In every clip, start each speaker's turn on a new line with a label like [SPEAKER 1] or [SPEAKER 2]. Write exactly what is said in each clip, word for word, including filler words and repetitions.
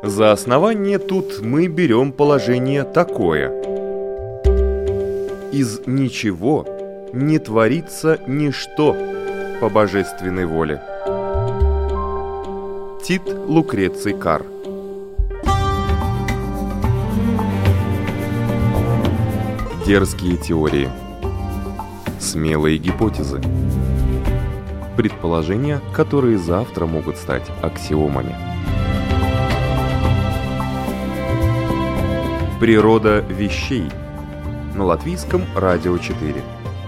[SPEAKER 1] За основание тут мы берем положение такое. Из ничего не творится ничто по божественной воле. Тит Лукреций Кар. Дерзкие теории. Смелые гипотезы. Предположения, которые завтра могут стать аксиомами. Природа вещей. На Латвийском радио четыре.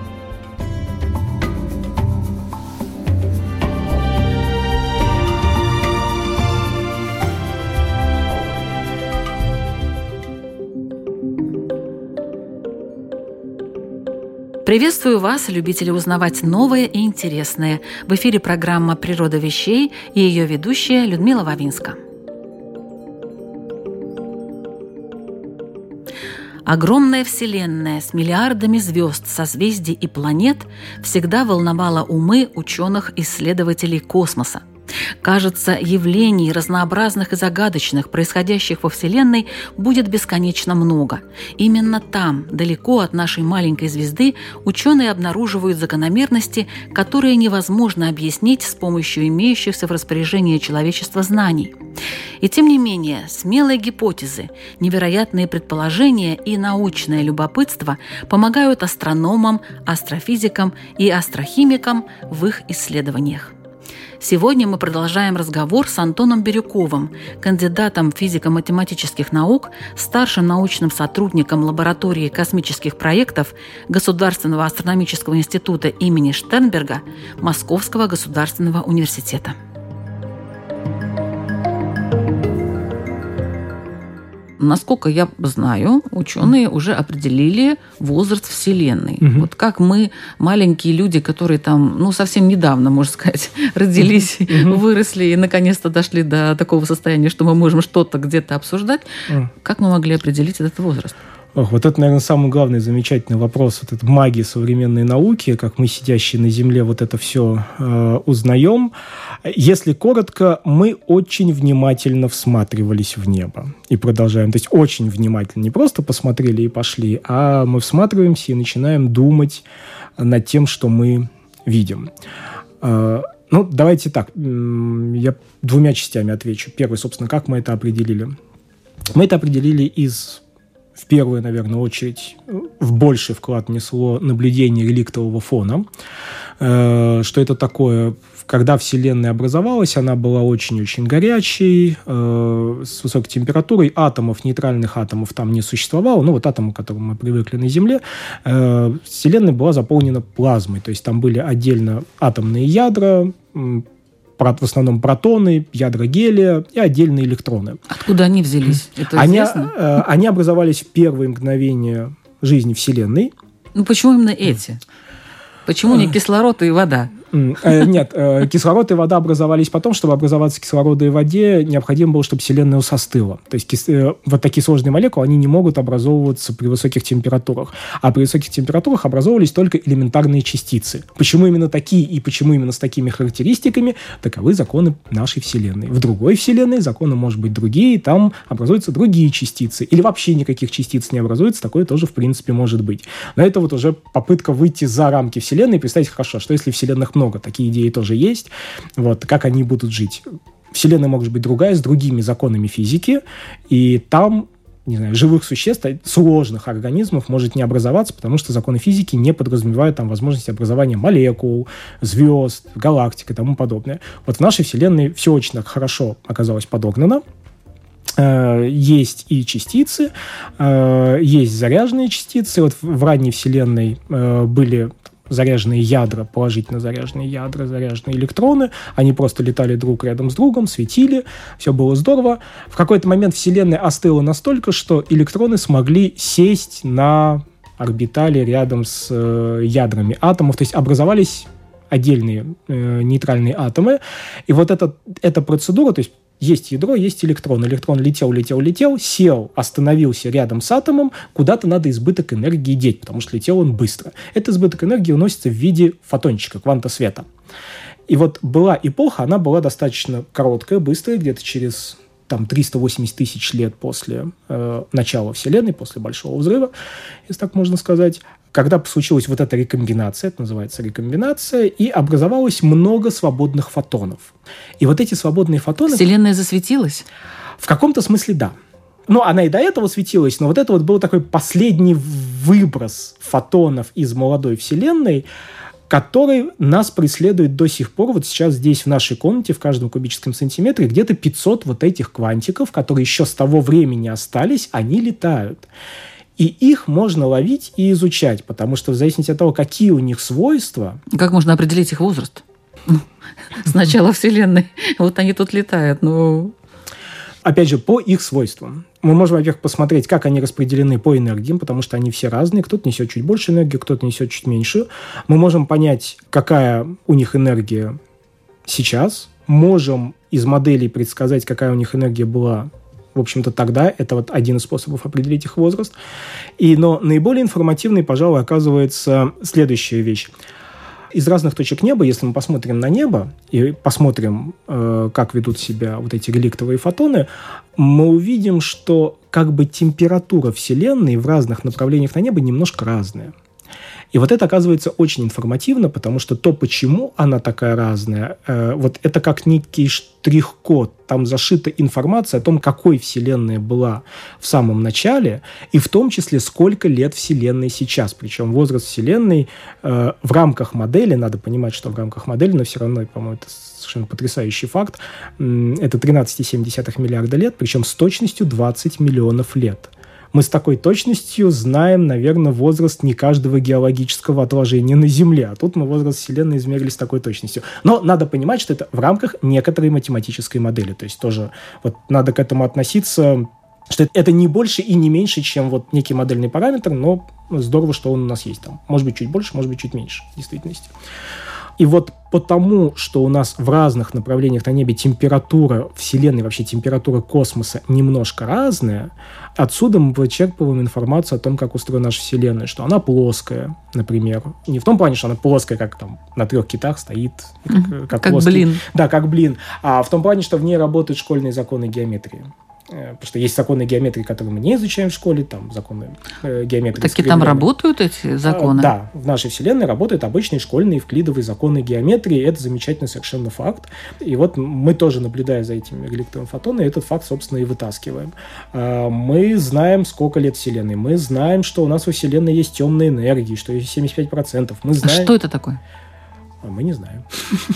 [SPEAKER 2] Приветствую вас, любители узнавать новое и интересное. В эфире программа «Природа вещей» и ее ведущая Людмила Вавинска. Огромная Вселенная с миллиардами звезд, созвездий и планет всегда волновала умы ученых-исследователей космоса. Кажется, явлений разнообразных и загадочных, происходящих во Вселенной, будет бесконечно много. Именно там, далеко от нашей маленькой звезды, ученые обнаруживают закономерности, которые невозможно объяснить с помощью имеющихся в распоряжении человечества знаний. И тем не менее, смелые гипотезы, невероятные предположения и научное любопытство помогают астрономам, астрофизикам и астрохимикам в их исследованиях. Сегодня мы продолжаем разговор с Антоном Бирюковым, кандидатом физико-математических наук, старшим научным сотрудником лаборатории космических проектов Государственного астрономического института имени Штернберга Московского государственного университета. Насколько я знаю, ученые уже определили возраст Вселенной. Угу. Вот как мы, маленькие люди, которые там, ну, совсем недавно, можно сказать, родились, угу. выросли и наконец-то дошли до такого состояния, что мы можем что-то где-то обсуждать, угу. как мы могли определить этот возраст?
[SPEAKER 3] Ох, вот это, наверное, самый главный замечательный вопрос. Вот эта магия современной науки, как мы, сидящие на Земле, вот это все э, узнаем. Если коротко, мы очень внимательно всматривались в небо и продолжаем. То есть очень внимательно. Не просто посмотрели и пошли, а мы всматриваемся и начинаем думать над тем, что мы видим. Э, ну, давайте так. Я двумя частями отвечу. Первый, собственно, как мы это определили? Мы это определили из... В первую, наверное, очередь в больший вклад внесло наблюдение реликтового фона. Что это такое? Когда Вселенная образовалась, она была очень-очень горячей, с высокой температурой. Атомов, нейтральных атомов там не существовало. Ну, вот атомы, к которым мы привыкли на Земле. Вселенная была заполнена плазмой. То есть там были отдельно атомные ядра, в основном протоны, ядра гелия и отдельные электроны.
[SPEAKER 2] Откуда они взялись? Это
[SPEAKER 3] они,
[SPEAKER 2] известно?
[SPEAKER 3] Э, они образовались в первые мгновения жизни Вселенной.
[SPEAKER 2] Ну, почему именно эти? Почему не кислород и вода?
[SPEAKER 3] Нет, кислород и вода образовались потом. Чтобы образоваться кислороду и воде, необходимо было, чтобы Вселенная усостыла. То есть вот такие сложные молекулы, они не могут образовываться при высоких температурах. А при высоких температурах образовывались только элементарные частицы. Почему именно такие и почему именно с такими характеристиками? Таковы законы нашей Вселенной. В другой Вселенной законы, может быть, другие, там образуются другие частицы. Или вообще никаких частиц не образуется, такое тоже, в принципе, может быть. Но это вот уже попытка выйти за рамки Вселенной и представить, хорошо, что если Вселенных много, такие идеи тоже есть. Вот, как они будут жить? Вселенная может быть другая, с другими законами физики, и там, не знаю, живых существ, сложных организмов может не образоваться, потому что законы физики не подразумевают там возможности образования молекул, звезд, галактик и тому подобное. Вот в нашей Вселенной все очень хорошо оказалось подогнано. Есть и частицы, есть заряженные частицы. Вот в ранней Вселенной были заряженные ядра, положительно заряженные ядра, заряженные электроны. Они просто летали друг рядом с другом, светили. Все было здорово. В какой-то момент Вселенная остыла настолько, что электроны смогли сесть на орбитали рядом с э, ядрами атомов. То есть образовались отдельные э, нейтральные атомы. И вот эта, эта процедура, то есть есть ядро, есть электрон. Электрон летел, летел, летел, сел, остановился рядом с атомом. Куда-то надо избыток энергии деть, потому что летел он быстро. Этот избыток энергии уносится в виде фотончика, кванта света. И вот была эпоха, она была достаточно короткая, быстрая, где-то через там, триста восемьдесят тысяч лет после э, начала Вселенной, после Большого взрыва, если так можно сказать, когда случилась вот эта рекомбинация, это называется рекомбинация, и образовалось много свободных фотонов. И вот эти свободные фотоны...
[SPEAKER 2] Вселенная засветилась?
[SPEAKER 3] В каком-то смысле да. Ну, она и до этого светилась, но вот это вот был такой последний выброс фотонов из молодой Вселенной, который нас преследует до сих пор. Вот сейчас здесь, в нашей комнате, в каждом кубическом сантиметре, где-то пятьсот вот этих квантиков, которые еще с того времени остались, они летают. И их можно ловить и изучать, потому что в зависимости от того, какие у них свойства...
[SPEAKER 2] Как можно определить их возраст? С начала Вселенной. Вот они тут летают, но...
[SPEAKER 3] Опять же, по их свойствам. Мы можем, во-первых, посмотреть, как они распределены по энергиям, потому что они все разные. Кто-то несет чуть больше энергии, кто-то несет чуть меньше. Мы можем понять, какая у них энергия сейчас. Можем из моделей предсказать, какая у них энергия была, в общем-то, тогда. Это вот один из способов определить их возраст. И, но наиболее информативной, пожалуй, оказывается следующая вещь. Из разных точек неба, если мы посмотрим на небо и посмотрим, э, как ведут себя вот эти реликтовые фотоны, мы увидим, что как бы температура Вселенной в разных направлениях на небо немножко разная. И вот это оказывается очень информативно, потому что то, почему она такая разная, э, вот это как некий штрих-код. Там зашита информация о том, какой Вселенная была в самом начале, и в том числе, сколько лет Вселенной сейчас. Причем возраст Вселенной э, в рамках модели, надо понимать, что в рамках модели, но все равно, по-моему, это совершенно потрясающий факт, э, это тринадцать целых семь десятых миллиарда лет, причем с точностью двадцать миллионов лет. Мы с такой точностью знаем, наверное, возраст не каждого геологического отложения на Земле. А тут мы возраст Вселенной измерили с такой точностью. Но надо понимать, что это в рамках некоторой математической модели. То есть тоже вот надо к этому относиться, что это не больше и не меньше, чем вот некий модельный параметр, но здорово, что он у нас есть там. Может быть, чуть больше, может быть, чуть меньше в действительности. И вот потому, что у нас в разных направлениях на небе температура Вселенной, вообще температура космоса немножко разная, отсюда мы вычерпываем информацию о том, как устроена наша Вселенная, что она плоская, например. Не в том плане, что она плоская, как там на трех китах стоит. Как, как,
[SPEAKER 2] как блин.
[SPEAKER 3] Да, как блин. А в том плане, что в ней работают школьные законы геометрии. Потому что есть законы геометрии, которые мы не изучаем в школе, там законы э, геометрии.
[SPEAKER 2] Так и там работают эти законы?
[SPEAKER 3] А, да, в нашей Вселенной работают обычные школьные евклидовые законы геометрии. Это замечательный совершенно факт. И вот мы тоже, наблюдая за этими реликтовыми фотонами, этот факт, собственно, и вытаскиваем. А, мы знаем, сколько лет Вселенной. Мы знаем, что у нас во Вселенной есть темная энергия, что есть семьдесят пять процентов. Мы знаем...
[SPEAKER 2] А что это такое?
[SPEAKER 3] А мы не знаем.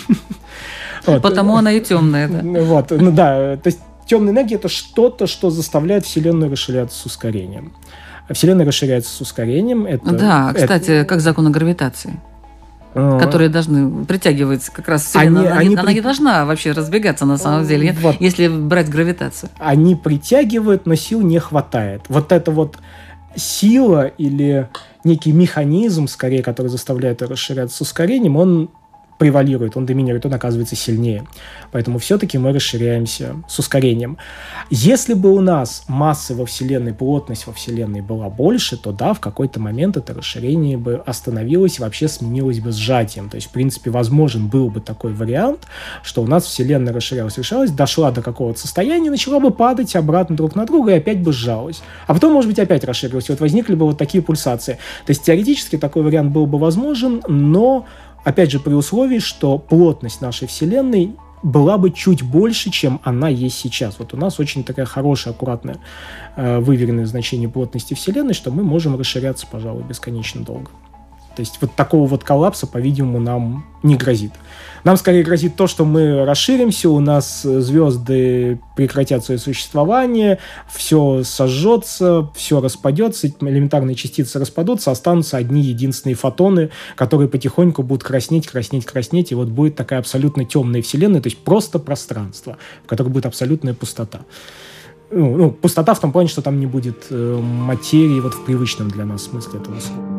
[SPEAKER 2] Потому она и темная, да?
[SPEAKER 3] Вот, ну да, то есть темная энергия – это что-то, что заставляет Вселенную расширяться с ускорением. Вселенная расширяется с ускорением. Это,
[SPEAKER 2] да, кстати, это... как законы гравитации, а... которые должны притягивать как раз Вселенную. Они, она, они она при... не должна вообще разбегаться на самом а, деле, вот. Если брать гравитацию.
[SPEAKER 3] Они притягивают, но сил не хватает. Вот эта вот сила или некий механизм, скорее, который заставляет ее расширяться с ускорением, он превалирует, он доминирует, он оказывается сильнее. Поэтому все-таки мы расширяемся с ускорением. Если бы у нас масса во Вселенной, плотность во Вселенной была больше, то да, в какой-то момент это расширение бы остановилось и вообще сменилось бы сжатием. То есть, в принципе, возможен был бы такой вариант, что у нас Вселенная расширялась, расширялась, дошла до какого-то состояния, начала бы падать обратно друг на друга и опять бы сжалась. А потом, может быть, опять расширилась. И вот возникли бы вот такие пульсации. То есть, теоретически такой вариант был бы возможен, но опять же, при условии, что плотность нашей Вселенной была бы чуть больше, чем она есть сейчас. Вот у нас очень такая хорошая, аккуратная, э, выверенное значение плотности Вселенной, что мы можем расширяться, пожалуй, бесконечно долго. То есть вот такого вот коллапса, по-видимому, нам не грозит. Нам скорее грозит то, что мы расширимся, у нас звезды прекратят свое существование, все сожжется, все распадется, элементарные частицы распадутся, останутся одни единственные фотоны, которые потихоньку будут краснеть, краснеть, краснеть, и вот будет такая абсолютно темная Вселенная, то есть просто пространство, в котором будет абсолютная пустота. Ну, ну, пустота в том плане, что там не будет э, материи вот в привычном для нас смысле этого слова.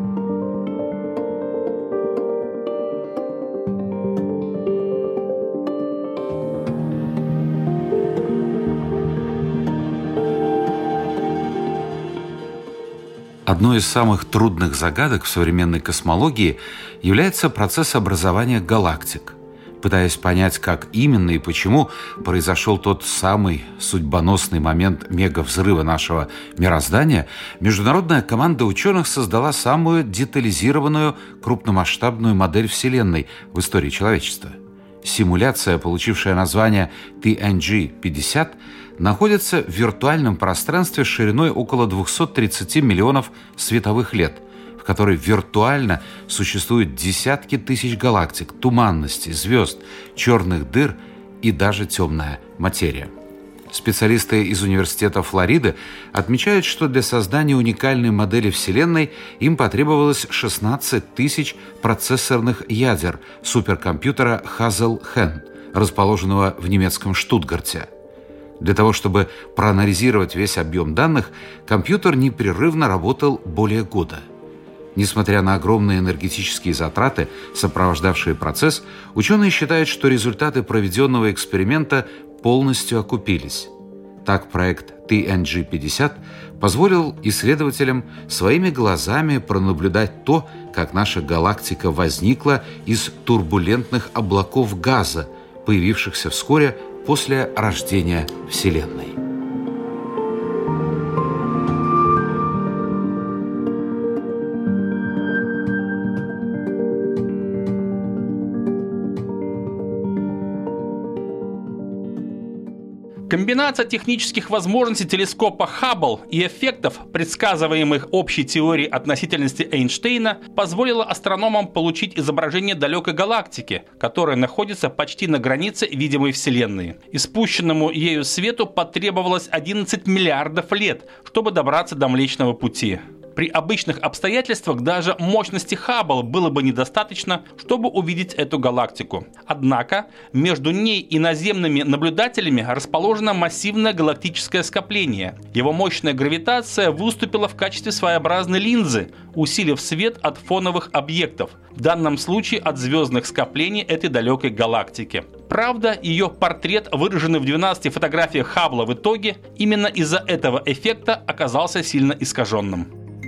[SPEAKER 4] Одной из самых трудных загадок в современной космологии является процесс образования галактик. Пытаясь понять, как именно и почему произошел тот самый судьбоносный момент мегавзрыва нашего мироздания, международная команда ученых создала самую детализированную крупномасштабную модель Вселенной в истории человечества. Симуляция, получившая название ти эн джи пятьдесят, находится в виртуальном пространстве шириной около двести тридцать миллионов световых лет, в которой виртуально существуют десятки тысяч галактик, туманностей, звезд, черных дыр и даже темная материя. Специалисты из Университета Флориды отмечают, что для создания уникальной модели Вселенной им потребовалось шестнадцать тысяч процессорных ядер суперкомпьютера Hazel-Hen, расположенного в немецком Штутгарте. Для того, чтобы проанализировать весь объем данных, компьютер непрерывно работал более года. Несмотря на огромные энергетические затраты, сопровождавшие процесс, ученые считают, что результаты проведенного эксперимента полностью окупились. Так, проект ти эн джи пятьдесят позволил исследователям своими глазами пронаблюдать то, как наша галактика возникла из турбулентных облаков газа, появившихся вскоре после рождения Вселенной.
[SPEAKER 5] Комбинация технических возможностей телескопа Хаббл и эффектов, предсказываемых общей теорией относительности Эйнштейна, позволила астрономам получить изображение далекой галактики, которая находится почти на границе видимой Вселенной. Испущенному ею свету потребовалось одиннадцать миллиардов лет, чтобы добраться до Млечного Пути. При обычных обстоятельствах даже мощности Хаббл было бы недостаточно, чтобы увидеть эту галактику. Однако между ней и наземными наблюдателями расположено массивное галактическое скопление. Его мощная гравитация выступила в качестве своеобразной линзы, усилив свет от фоновых объектов, в данном случае от звездных скоплений этой далекой галактики. Правда, ее портрет, выраженный в двенадцати фотографиях Хаббла, в итоге именно из-за этого эффекта оказался сильно искаженным.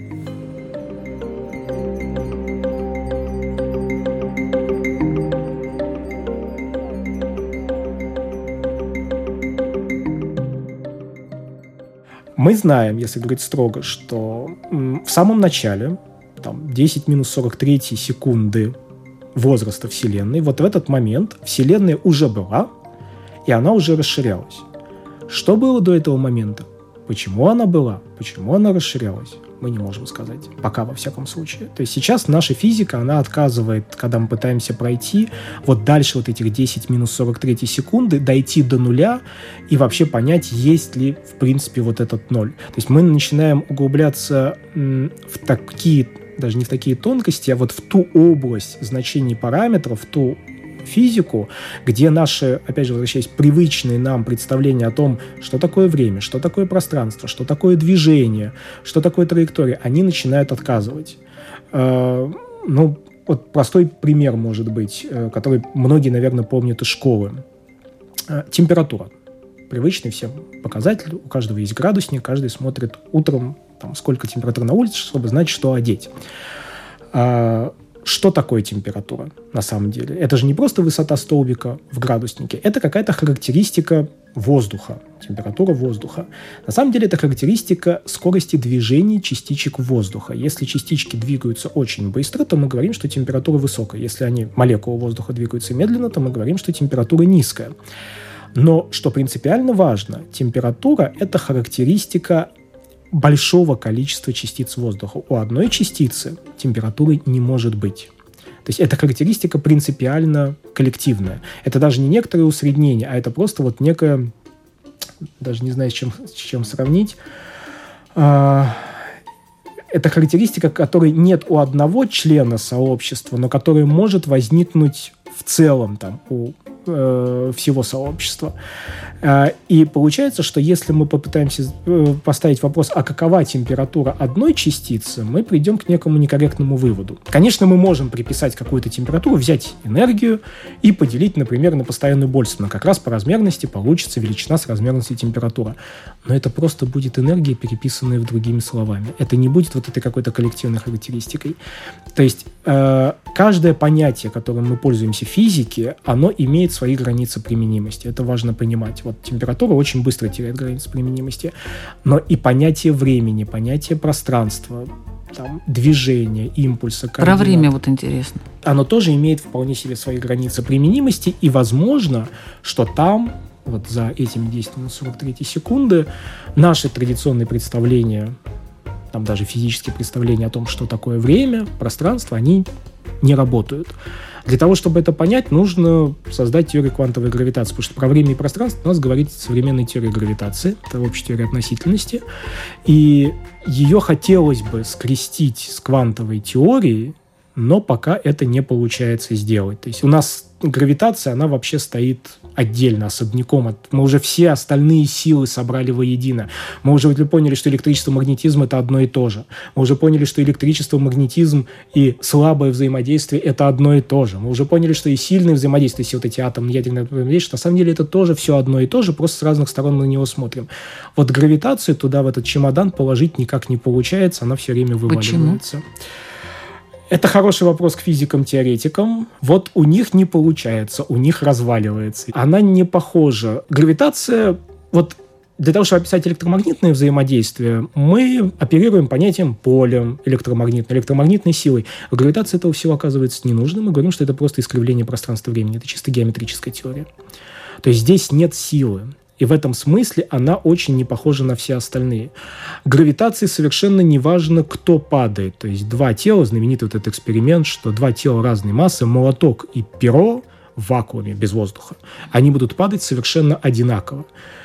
[SPEAKER 3] Мы знаем, если говорить строго, что в самом начале, там, десять минус сорок три секунды возраста Вселенной, вот в этот момент Вселенная уже была, и она уже расширялась. Что было до этого момента? Почему она была? Почему она расширялась? Мы не можем сказать. Пока, во всяком случае. То есть сейчас наша физика, она отказывает, когда мы пытаемся пройти вот дальше вот этих десять минус сорок три секунды, дойти до нуля и вообще понять, есть ли, в принципе, вот этот ноль. То есть мы начинаем углубляться в такие, даже не в такие тонкости, а вот в ту область значений параметров, в ту физику, где наши, опять же, возвращаясь, привычные нам представления о том, что такое время, что такое пространство, что такое движение, что такое траектория, они начинают отказывать. Э, ну, вот простой пример может быть, э, который многие, наверное, помнят из школы. Э, температура. Привычный всем показатель. У каждого есть градусник, каждый смотрит утром, там, сколько температура на улице, чтобы знать, что одеть. Э, Что такое температура на самом деле? Это же не просто высота столбика в градуснике, это какая-то характеристика воздуха, температура воздуха. На самом деле это характеристика скорости движения частичек воздуха. Если частички двигаются очень быстро, то мы говорим, что температура высокая. Если они, молекулы воздуха, двигаются медленно, то мы говорим, что температура низкая. Но, что принципиально важно, температура – это характеристика большого количества частиц воздуха. У одной частицы температуры не может быть. То есть эта характеристика принципиально коллективная. Это даже не некоторое усреднение, а это просто вот некое, даже не знаю, с чем, с чем сравнить. Это характеристика, которой нет у одного члена сообщества, но которая может возникнуть в целом там, у э, всего сообщества. Э, и получается, что если мы попытаемся э, поставить вопрос, а какова температура одной частицы, мы придем к некому некорректному выводу. Конечно, мы можем приписать какую-то температуру, взять энергию и поделить, например, на постоянную Больцмана. Как раз по размерности получится величина с размерностью температуры. Но это просто будет энергия, переписанная в другими словами. Это не будет вот этой какой-то коллективной характеристикой. То есть э, каждое понятие, которым мы пользуемся в физике, оно имеет свои границы применимости. Это важно понимать. Вот температура очень быстро теряет границы применимости. Но и понятие времени, понятие пространства, там, движения, импульса, координат.
[SPEAKER 2] Про время вот интересно.
[SPEAKER 3] Оно тоже имеет вполне себе свои границы применимости, и возможно, что там, вот за этими десять минут сорок три секунды, наши традиционные представления, там даже физические представления о том, что такое время, пространство, они не работают. Для того, чтобы это понять, нужно создать теорию квантовой гравитации, потому что про время и пространство у нас говорит современная теория гравитации, это общая теория относительности, и ее хотелось бы скрестить с квантовой теорией, но пока это не получается сделать. То есть у нас гравитация, она вообще стоит отдельно, особняком. От... Мы уже все остальные силы собрали воедино. Мы уже поняли, что электричество и магнетизм – это одно и то же. Мы уже поняли, что электричество, магнетизм и слабое взаимодействие – это одно и то же. Мы уже поняли, что и сильное взаимодействие, все вот эти атомные ядерные взаимодействия, на самом деле это тоже все одно и то же, просто с разных сторон мы на него смотрим. Вот гравитацию туда, в этот чемодан, положить никак не получается, она все время вываливается. Почему? Это хороший вопрос к физикам-теоретикам. Вот у них не получается, у них разваливается. Она не похожа. Гравитация, вот для того, чтобы описать электромагнитное взаимодействие, мы оперируем понятием полем электромагнитной, электромагнитной силой. В гравитации этого всего оказывается не нужно. Мы говорим, что это просто искривление пространства-времени. Это чисто геометрическая теория. То есть здесь нет силы. И в этом смысле она очень не похожа на все остальные. Гравитации совершенно не важно, кто падает. То есть два тела, знаменитый вот этот эксперимент, что два тела разной массы, молоток и перо в вакууме, без воздуха, они будут падать совершенно одинаково.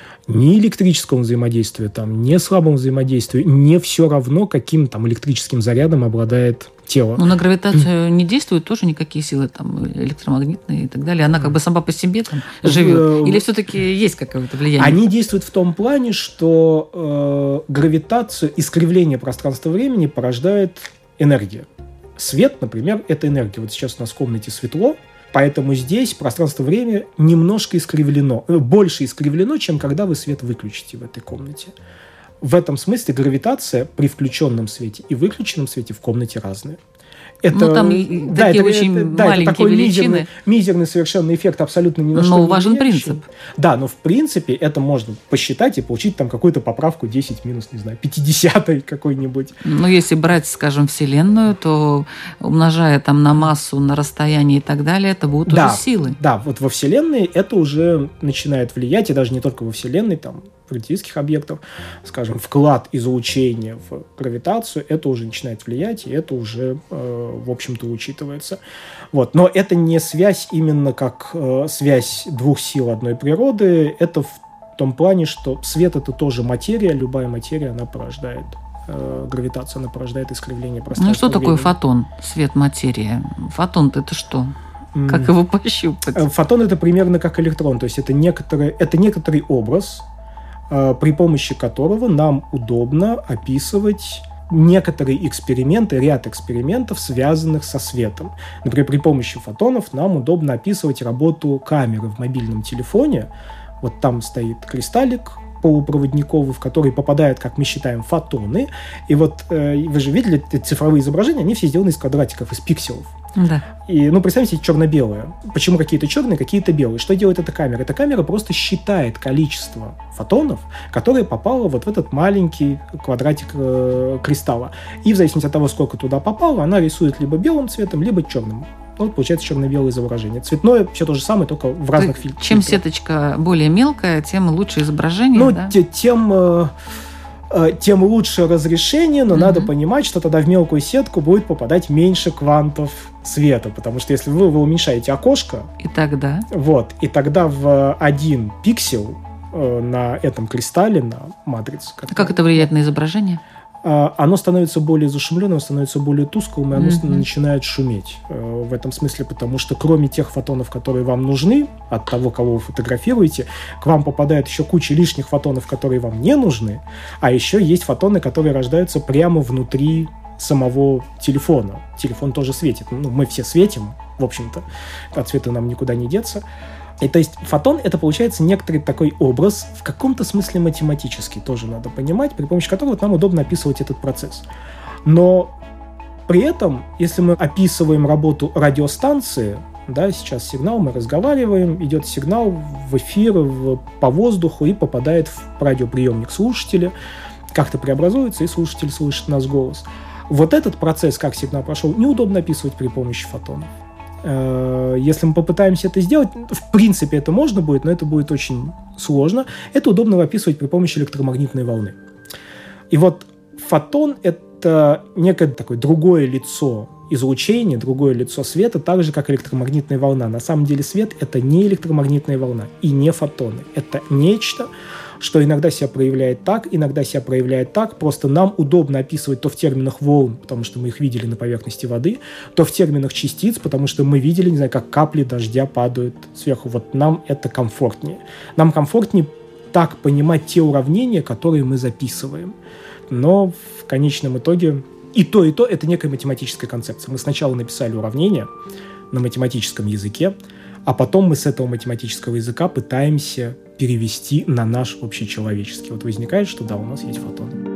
[SPEAKER 3] Ни электрическому взаимодействию, там, ни слабому взаимодействию, не все равно, каким там электрическим зарядом обладает тело.
[SPEAKER 2] Но на гравитацию не действуют тоже никакие силы там, электромагнитные и так далее? Она как бы сама по себе там живет? Или все-таки есть какое-то влияние?
[SPEAKER 3] Они действуют в том плане, что э, гравитацию, искривление пространства-времени порождает энергия. Свет, например, это энергия. Вот сейчас у нас в комнате светло, поэтому здесь пространство-время немножко искривлено, больше искривлено, чем когда вы свет выключите в этой комнате. В этом смысле гравитация при включенном свете и выключенном свете в комнате разные. Это,
[SPEAKER 2] ну, там и
[SPEAKER 3] да,
[SPEAKER 2] такие
[SPEAKER 3] это,
[SPEAKER 2] очень
[SPEAKER 3] это,
[SPEAKER 2] маленькие
[SPEAKER 3] да, это такой
[SPEAKER 2] величины.
[SPEAKER 3] Мизерный, мизерный совершенно эффект, абсолютно ни на что не
[SPEAKER 2] Но важен
[SPEAKER 3] влияющий.
[SPEAKER 2] принцип.
[SPEAKER 3] Да, но в принципе это можно посчитать и получить там какую-то поправку десять минус, не знаю, пятидесятой какой-нибудь.
[SPEAKER 2] Но если брать, скажем, Вселенную, то умножая там на массу, на расстояние и так далее, это будут
[SPEAKER 3] да,
[SPEAKER 2] уже силы.
[SPEAKER 3] Да, вот во Вселенной это уже начинает влиять, и даже не только во Вселенной, там, relativistic объектов, скажем, вклад излучения в гравитацию, это уже начинает влиять, и это уже, э, в общем-то, учитывается. Вот. Но это не связь именно как э, связь двух сил одной природы, это в том плане, что свет – это тоже материя, любая материя, она порождает э, гравитацию, она порождает искривление пространства.
[SPEAKER 2] Ну, что такое
[SPEAKER 3] времени.
[SPEAKER 2] фотон? Свет, материя. Фотон-то это что? Как его пощупать?
[SPEAKER 3] Фотон – это примерно как электрон, то есть это некоторый, это некоторый образ, при помощи которого нам удобно описывать некоторые эксперименты, ряд экспериментов, связанных со светом. Например, при помощи фотонов нам удобно описывать работу камеры в мобильном телефоне. Вот там стоит кристаллик полупроводниковый, в который попадают, как мы считаем, фотоны. И вот э, вы же видели цифровые изображения, они все сделаны из квадратиков, из пикселов.
[SPEAKER 2] Да.
[SPEAKER 3] И, ну, представьте, черно-белое. Почему какие-то черные, какие-то белые? Что делает эта камера? Эта камера просто считает количество фотонов, которое попало вот в этот маленький квадратик э, кристалла. И в зависимости от того, сколько туда попало, она рисует либо белым цветом, либо черным. Вот получается черно-белое изображение. Цветное все то же самое, только в разных фильтрах.
[SPEAKER 2] Чем сеточка более мелкая, тем лучше изображение,
[SPEAKER 3] ну,
[SPEAKER 2] да?
[SPEAKER 3] тем... Э, тем лучше разрешение, но mm-hmm. надо понимать, что тогда в мелкую сетку будет попадать меньше квантов света, потому что если вы, вы уменьшаете окошко,
[SPEAKER 2] и тогда,
[SPEAKER 3] вот, и тогда в один пиксель э, на этом кристалле, на матрице,
[SPEAKER 2] как, как это влияет на изображение?
[SPEAKER 3] Оно становится более зашумленным, становится более тусклым, и оно mm-hmm. начинает шуметь э, в этом смысле, потому что кроме тех фотонов, которые вам нужны, от того, кого вы фотографируете, к вам попадает еще куча лишних фотонов, которые вам не нужны, а еще есть фотоны, которые рождаются прямо внутри самого телефона. Телефон тоже светит. Ну, мы все светим, в общем-то, от света нам никуда не деться. И то есть фотон – это, получается, некоторый такой образ, в каком-то смысле математический, тоже надо понимать, при помощи которого нам удобно описывать этот процесс. Но При этом, если мы описываем работу радиостанции, да, сейчас сигнал, мы разговариваем, идет сигнал в эфир, в, по воздуху и попадает в радиоприемник слушателя, как-то преобразуется, и слушатель слышит наш голос. Вот этот процесс, как сигнал прошел, неудобно описывать при помощи фотонов. Если мы попытаемся это сделать, в принципе, это можно будет, но это будет очень сложно. Это удобно описывать при помощи электромагнитной волны. И вот фотон – это некое такое другое лицо излучения, другое лицо света, так же, как электромагнитная волна. На самом деле свет – это не электромагнитная волна и не фотоны. Это нечто, что иногда себя проявляет так, иногда себя проявляет так. Просто нам удобно описывать то в терминах волн, потому что мы их видели на поверхности воды, то в терминах частиц, потому что мы видели, не знаю, как капли дождя падают сверху. Вот нам это комфортнее. Нам комфортнее так понимать те уравнения, которые мы записываем. Но в конечном итоге и то, и то – это некая математическая концепция. Мы сначала написали уравнение на математическом языке, а потом мы с этого математического языка пытаемся перевести на наш общечеловеческий. Вот возникает, что да, у нас есть фотоны.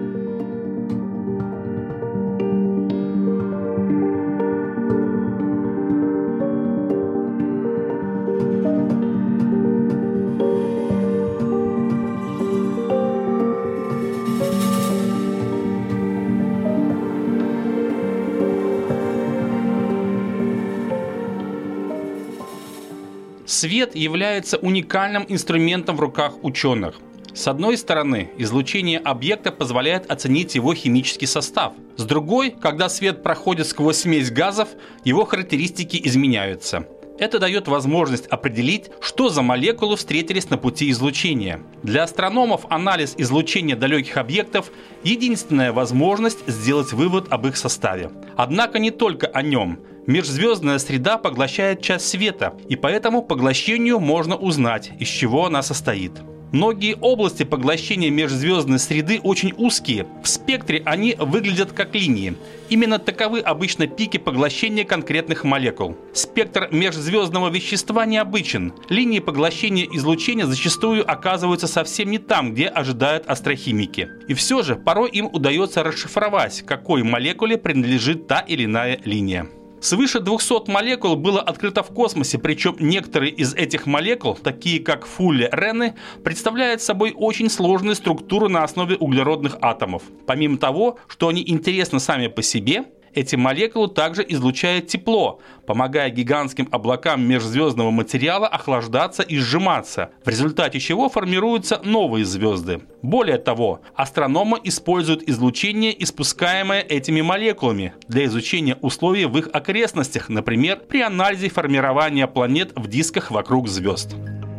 [SPEAKER 5] Свет является уникальным инструментом в руках ученых. С одной стороны, излучение объекта позволяет оценить его химический состав. С другой, когда свет проходит сквозь смесь газов, его характеристики изменяются. Это дает возможность определить, что за молекулы встретились на пути излучения. Для астрономов анализ излучения далеких объектов – единственная возможность сделать вывод об их составе. Однако не только о нем. Межзвездная среда поглощает часть света, и по этому поглощению можно узнать, из чего она состоит. Многие области поглощения межзвездной среды очень узкие. В спектре они выглядят как линии. Именно таковы обычно пики поглощения конкретных молекул. Спектр межзвездного вещества необычен. Линии поглощения излучения зачастую оказываются совсем не там, где ожидают астрохимики. И все же порой им удается расшифровать, какой молекуле принадлежит та или иная линия. Свыше двухсот молекул было открыто в космосе, причем некоторые из этих молекул, такие как фуллерены, представляют собой очень сложную структуру на основе углеродных атомов. Помимо того, что они интересны сами по себе, эти молекулы также излучают тепло, помогая гигантским облакам межзвездного материала охлаждаться и сжиматься, в результате чего формируются новые звезды. Более того, астрономы используют излучение, испускаемое этими молекулами, для изучения условий в их окрестностях, например, при анализе формирования планет в дисках вокруг звезд.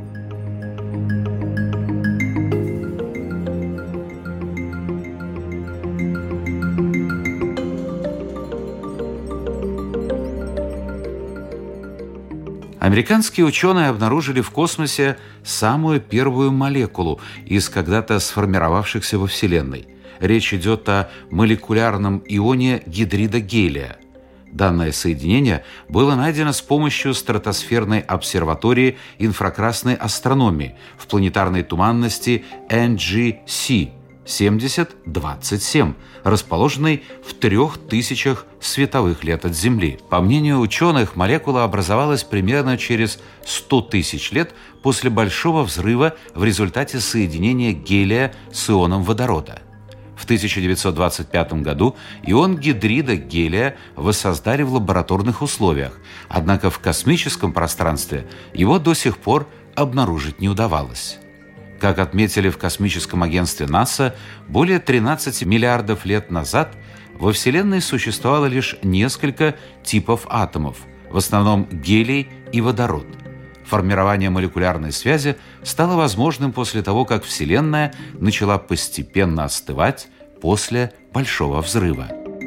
[SPEAKER 4] Американские ученые обнаружили в космосе самую первую молекулу из когда-то сформировавшихся во Вселенной. Речь идет о молекулярном ионе гидрида гелия. Данное соединение было найдено с помощью стратосферной обсерватории инфракрасной астрономии в планетарной туманности эн джи си семьдесят двадцать семь, расположенной в трех тысячах световых лет от Земли. По мнению ученых, молекула образовалась примерно через сто тысяч лет после Большого взрыва в результате соединения гелия с ионом водорода. В тысяча девятьсот двадцать пятом году ион гидрида гелия воссоздали в лабораторных условиях, однако в космическом пространстве его до сих пор обнаружить не удавалось. Как отметили в космическом агентстве НАСА, более тринадцати миллиардов лет назад во Вселенной существовало лишь несколько типов атомов, в основном гелий и водород. Формирование молекулярной связи стало возможным после того, как Вселенная начала постепенно остывать после Большого взрыва.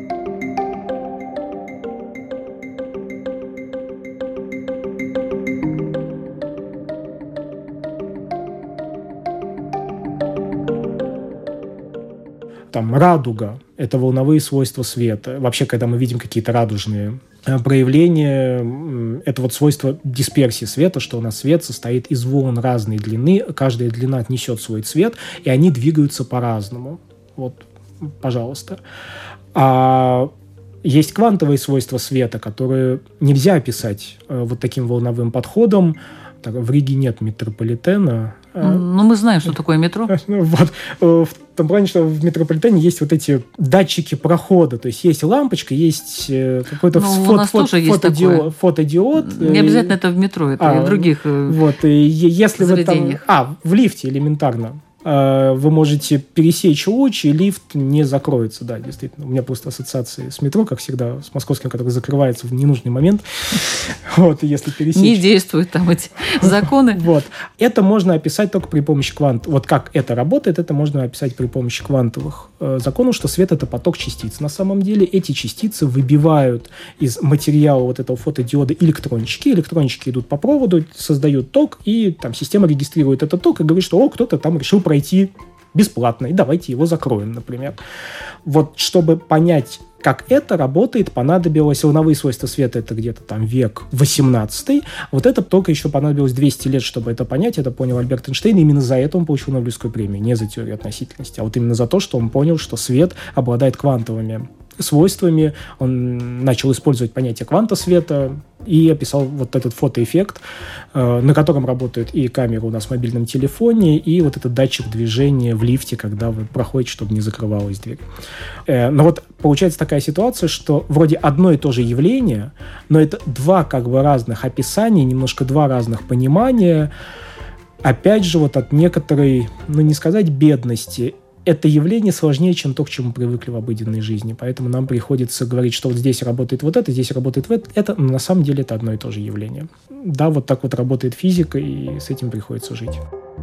[SPEAKER 3] Там радуга – это волновые свойства света. Вообще, когда мы видим какие-то радужные проявления, это вот свойство дисперсии света, что у нас свет состоит из волн разной длины, каждая длина несет свой цвет, и они двигаются по-разному. Вот, пожалуйста. А Есть квантовые свойства света, которые нельзя описать вот таким волновым подходом. Так, в Риге нет метрополитена.
[SPEAKER 2] Ну, мы знаем, что такое метро.
[SPEAKER 3] Вот. В том плане, что в метрополитене есть вот эти датчики прохода. То есть есть лампочка, есть какой-то
[SPEAKER 2] ну,
[SPEAKER 3] фото,
[SPEAKER 2] у нас
[SPEAKER 3] фото,
[SPEAKER 2] тоже есть
[SPEAKER 3] фотодиод, фотодиод.
[SPEAKER 2] Не обязательно это в метро, это а, и в других
[SPEAKER 3] вот, и если
[SPEAKER 2] заведениях.
[SPEAKER 3] Вы там, а, в лифте элементарно. Вы можете пересечь луч, и лифт не закроется. Да, действительно. У меня просто ассоциации с метро, как всегда, с московским, который закрывается в ненужный момент. Вот, если пересечь.
[SPEAKER 2] Не действуют там эти законы.
[SPEAKER 3] Вот. Это можно описать только при помощи квант. Вот как это работает, это можно описать при помощи квантовых законов, что свет – это поток частиц. На самом деле эти частицы выбивают из материала вот этого фотодиода электрончики. Электрончики идут по проводу, создают ток, и там система регистрирует этот ток и говорит, что о, кто-то там решил пройти пройти бесплатно, и давайте его закроем, например. Вот чтобы понять, как это работает, понадобилось волновые свойства света, это где-то там век восемнадцатый. Вот это только еще понадобилось двести лет, чтобы это понять. Это понял Альберт Эйнштейн, и именно за это он получил Нобелевскую премию, не за теорию относительности, а вот именно за то, что он понял, что свет обладает квантовыми свойствами. Он начал использовать понятие кванта света и описал вот этот фотоэффект, на котором работает и камера у нас в мобильном телефоне, и вот этот датчик движения в лифте, когда вы проходите, чтобы не закрывалась дверь. Но вот получается такая ситуация, что вроде одно и то же явление, но это два как бы разных описания, немножко два разных понимания. Опять же, вот от некоторой, ну не сказать бедности, это явление сложнее, чем то, к чему привыкли в обыденной жизни. Поэтому нам приходится говорить, что вот здесь работает вот это, здесь работает вот это. Но на самом деле это одно и то же явление. Да, вот так вот работает физика, и с этим приходится жить.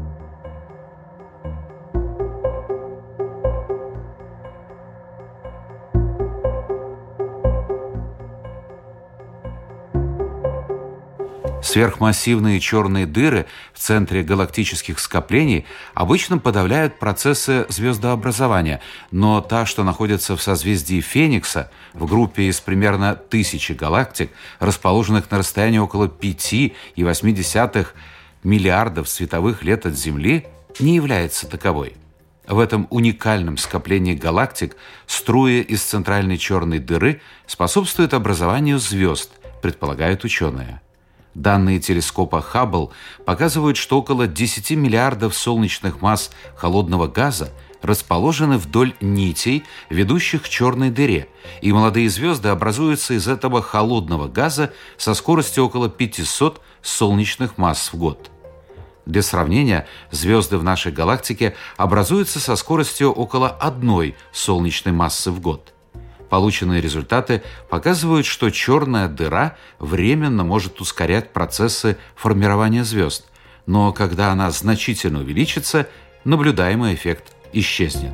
[SPEAKER 4] Сверхмассивные черные дыры в центре галактических скоплений обычно подавляют процессы звездообразования, но та, что находится в созвездии Феникса, в группе из примерно тысячи галактик, расположенных на расстоянии около пять и восемь десятых миллиардов световых лет от Земли, не является таковой. В этом уникальном скоплении галактик струи из центральной черной дыры способствуют образованию звезд, предполагают ученые. Данные телескопа Хаббл показывают, что около десять миллиардов солнечных масс холодного газа расположены вдоль нитей, ведущих к черной дыре, и молодые звезды образуются из этого холодного газа со скоростью около пятьсот солнечных масс в год. Для сравнения, звезды в нашей галактике образуются со скоростью около одной солнечной массы в год. Полученные результаты показывают, что черная дыра временно может ускорять процессы формирования звезд, но когда она значительно увеличится, наблюдаемый эффект исчезнет.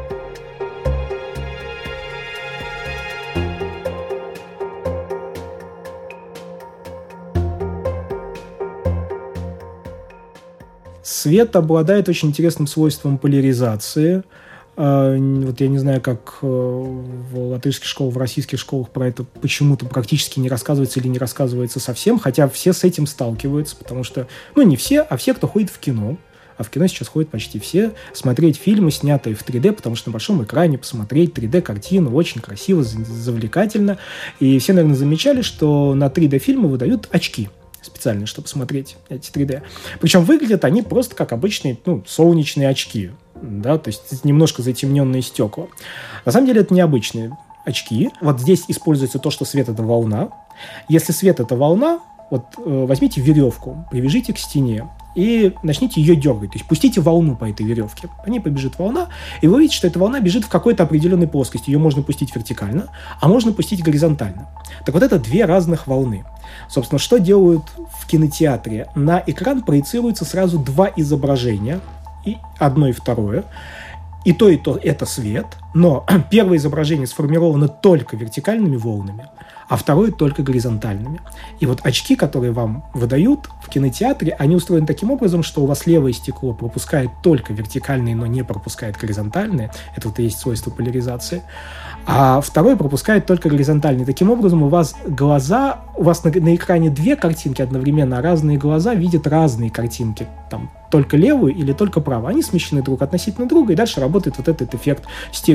[SPEAKER 3] Свет обладает очень интересным свойством поляризации. Вот я не знаю, как в латышских школах, в российских школах про это почему-то практически не рассказывается или не рассказывается совсем, хотя все с этим сталкиваются, потому что, ну, не все, а все, кто ходит в кино, а в кино сейчас ходят почти все, смотреть фильмы, снятые в три дэ, потому что на большом экране посмотреть три дэ-картину очень красиво, завлекательно. И все, наверное, замечали, что на три дэ-фильмы выдают очки специально, чтобы смотреть эти три дэ. Причем выглядят они просто как обычные, ну, солнечные очки. Да, то есть немножко затемненные стекла. На самом деле это необычные очки. Вот здесь используется то, что свет – это волна. Если свет – это волна, вот э, возьмите веревку, привяжите к стене и начните ее дергать. То есть пустите волну по этой веревке. По ней побежит волна, и вы увидите, что эта волна бежит в какой-то определенной плоскости. Ее можно пустить вертикально, а можно пустить горизонтально. Так вот это две разных волны. Собственно, что делают в кинотеатре? На экран проецируются сразу два изображения – и одно и второе. И то, и то это свет, но первое изображение сформировано только вертикальными волнами, а второе только горизонтальными. И вот очки, которые вам выдают в кинотеатре, они устроены таким образом, что у вас левое стекло пропускает только вертикальные, но не пропускает горизонтальные. Это вот и есть свойство поляризации. А второе пропускает только горизонтальные. Таким образом, у вас глаза, у вас на, на экране две картинки одновременно, а разные глаза видят разные картинки. Там только левую или только правую. Они смещены друг относительно друга, и дальше работает вот этот эффект стерео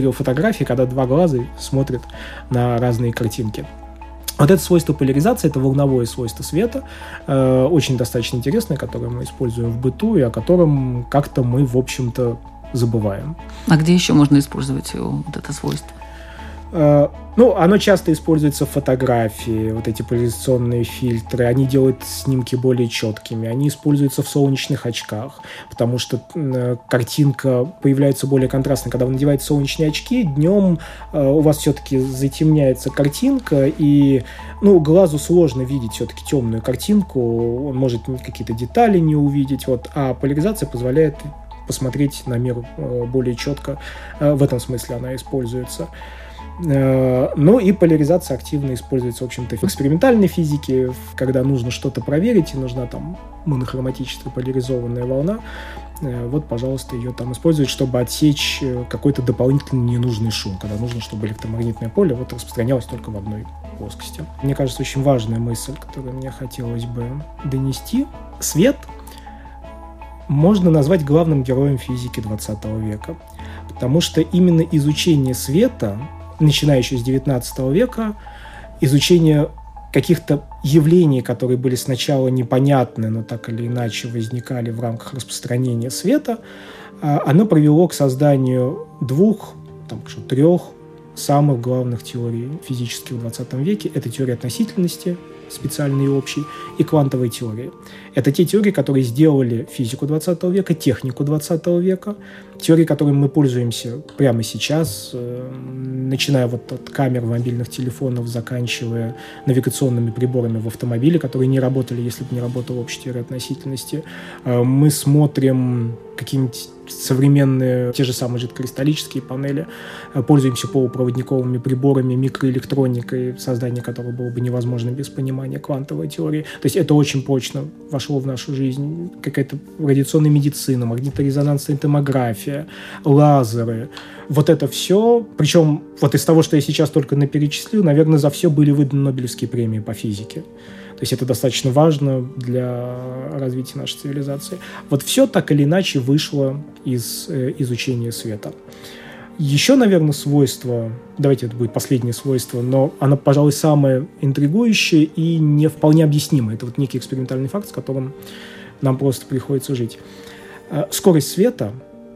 [SPEAKER 3] видел фотографии, когда два глаза смотрят на разные картинки. Вот это свойство поляризации, это волновое свойство света, э, очень достаточно интересное, которое мы используем в быту и о котором как-то мы, в общем-то, забываем.
[SPEAKER 2] А где еще можно использовать вот это свойство?
[SPEAKER 3] Э, ну, оно часто используется в фотографии, вот эти поляризационные фильтры, они делают снимки более четкими, они используются в солнечных очках, потому что э, картинка появляется более контрастной. Когда вы надеваете солнечные очки, днем э, у вас все-таки затемняется картинка, и ну, глазу сложно видеть все-таки темную картинку, он может какие-то детали не увидеть, вот, а поляризация позволяет посмотреть на мир э, более четко, э, в этом смысле она используется. Ну и поляризация активно используется, в общем-то, в экспериментальной физике, когда нужно что-то проверить, и нужна там монохроматическая поляризованная волна. Вот, пожалуйста, ее там используют, чтобы отсечь какой-то дополнительный ненужный шум, когда нужно, чтобы электромагнитное поле вот распространялось только в одной плоскости. Мне кажется, очень важная мысль, которую мне хотелось бы донести. Свет можно назвать главным героем физики двадцатого века, потому что именно изучение света, начиная еще с девятнадцатого века, изучение каких-то явлений, которые были сначала непонятны, но так или иначе возникали в рамках распространения света, оно привело к созданию двух, там, трех самых главных теорий физических в двадцатом веке. Это теория относительности, специальной и общей, и квантовой теории. Это те теории, которые сделали физику двадцатого века, технику двадцатого века, теории, которыми мы пользуемся прямо сейчас, начиная вот от камер мобильных телефонов, заканчивая навигационными приборами в автомобиле, которые не работали, если бы не работала общая теория относительности. Мы смотрим какие-нибудь современные, те же самые жидкокристаллические панели, пользуемся полупроводниковыми приборами, микроэлектроникой, создание которого было бы невозможно без понимания квантовой теории. То есть это очень прочно вошло в нашу жизнь. Какая-то радиационная медицина, магниторезонансная томография, лазеры. Вот это все. Причем вот из того, что я сейчас только наперечислил, наверное, за все были выданы Нобелевские премии по физике. То есть это достаточно важно для развития нашей цивилизации. Вот все так или иначе вышло из э, изучения света. Еще, наверное, свойство, давайте это будет последнее свойство, но оно, пожалуй, самое интригующее и не вполне объяснимое. Это вот некий экспериментальный факт, с которым нам просто приходится жить. Скорость света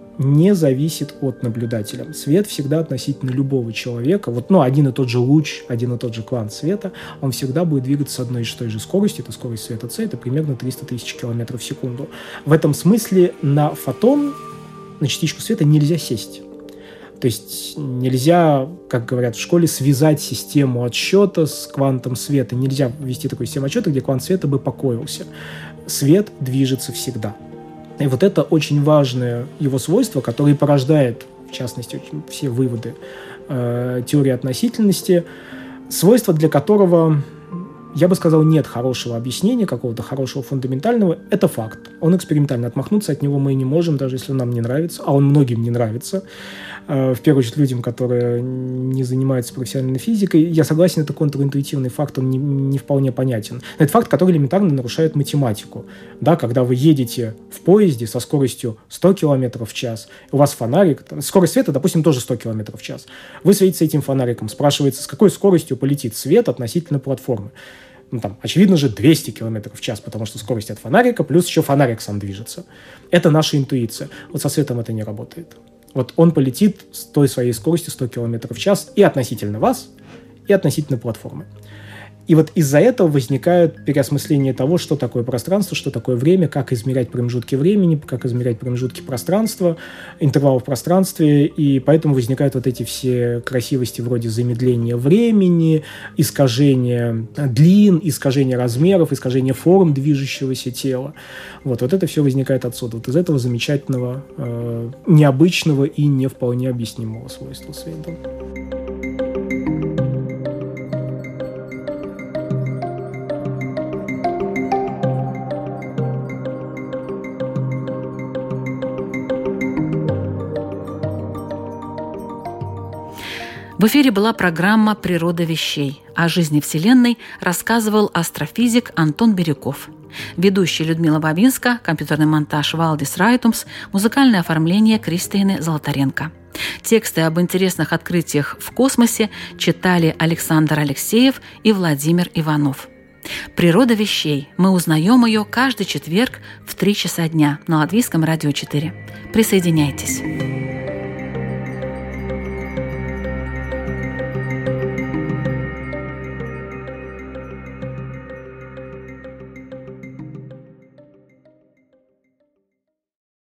[SPEAKER 3] не зависит от наблюдателя. Свет всегда относительно любого человека, вот, ну, один и тот же луч, один и тот же квант света, он всегда будет двигаться с одной и той же скоростью, это скорость света c, это примерно триста тысяч километров в секунду. В этом смысле на фотон, на частичку света нельзя сесть. То есть нельзя, как говорят в школе, связать систему отсчета с квантом света. Нельзя ввести такую систему отсчета, где квант света бы покоился. Свет движется всегда. И вот это очень важное его свойство, которое порождает, в частности, все выводы э, теории относительности, свойство, для которого, я бы сказал, нет хорошего объяснения, какого-то хорошего фундаментального. Это факт. Он экспериментальный. Отмахнуться от него мы не можем, даже если он нам не нравится, а он многим не нравится. В первую очередь людям, которые не занимаются профессиональной физикой. Я согласен, это контринтуитивный факт, он не, не вполне понятен. Это факт, который элементарно нарушает математику. Да, когда вы едете в поезде со скоростью сто километров в час, у вас фонарик, скорость света, допустим, тоже сто километров в час. Вы светите этим фонариком, спрашивается, с какой скоростью полетит свет относительно платформы. Ну, там, очевидно же, двести километров в час, потому что скорость от фонарика, плюс еще фонарик сам движется. Это наша интуиция. Вот со светом это не работает. Вот он полетит с той своей скоростью сто километров в час и относительно вас, и относительно платформы. И вот из-за этого возникает переосмысление того, что такое пространство, что такое время, как измерять промежутки времени, как измерять промежутки пространства, интервалы в пространстве, и поэтому возникают вот эти все красивости вроде замедления времени, искажения длин, искажения размеров, искажения форм движущегося тела. Вот, вот это все возникает отсюда, вот из этого замечательного, э, необычного и не вполне объяснимого свойства света.
[SPEAKER 2] В эфире была программа «Природа вещей». О жизни Вселенной рассказывал астрофизик Антон Бирюков. Ведущая Людмила Бабинска, компьютерный монтаж Валдис Райтумс, музыкальное оформление Кристины Золотаренко. Тексты об интересных открытиях в космосе читали Александр Алексеев и Владимир Иванов. «Природа вещей». Мы узнаем ее каждый четверг в три часа дня на Латвийском радио четыре. Присоединяйтесь.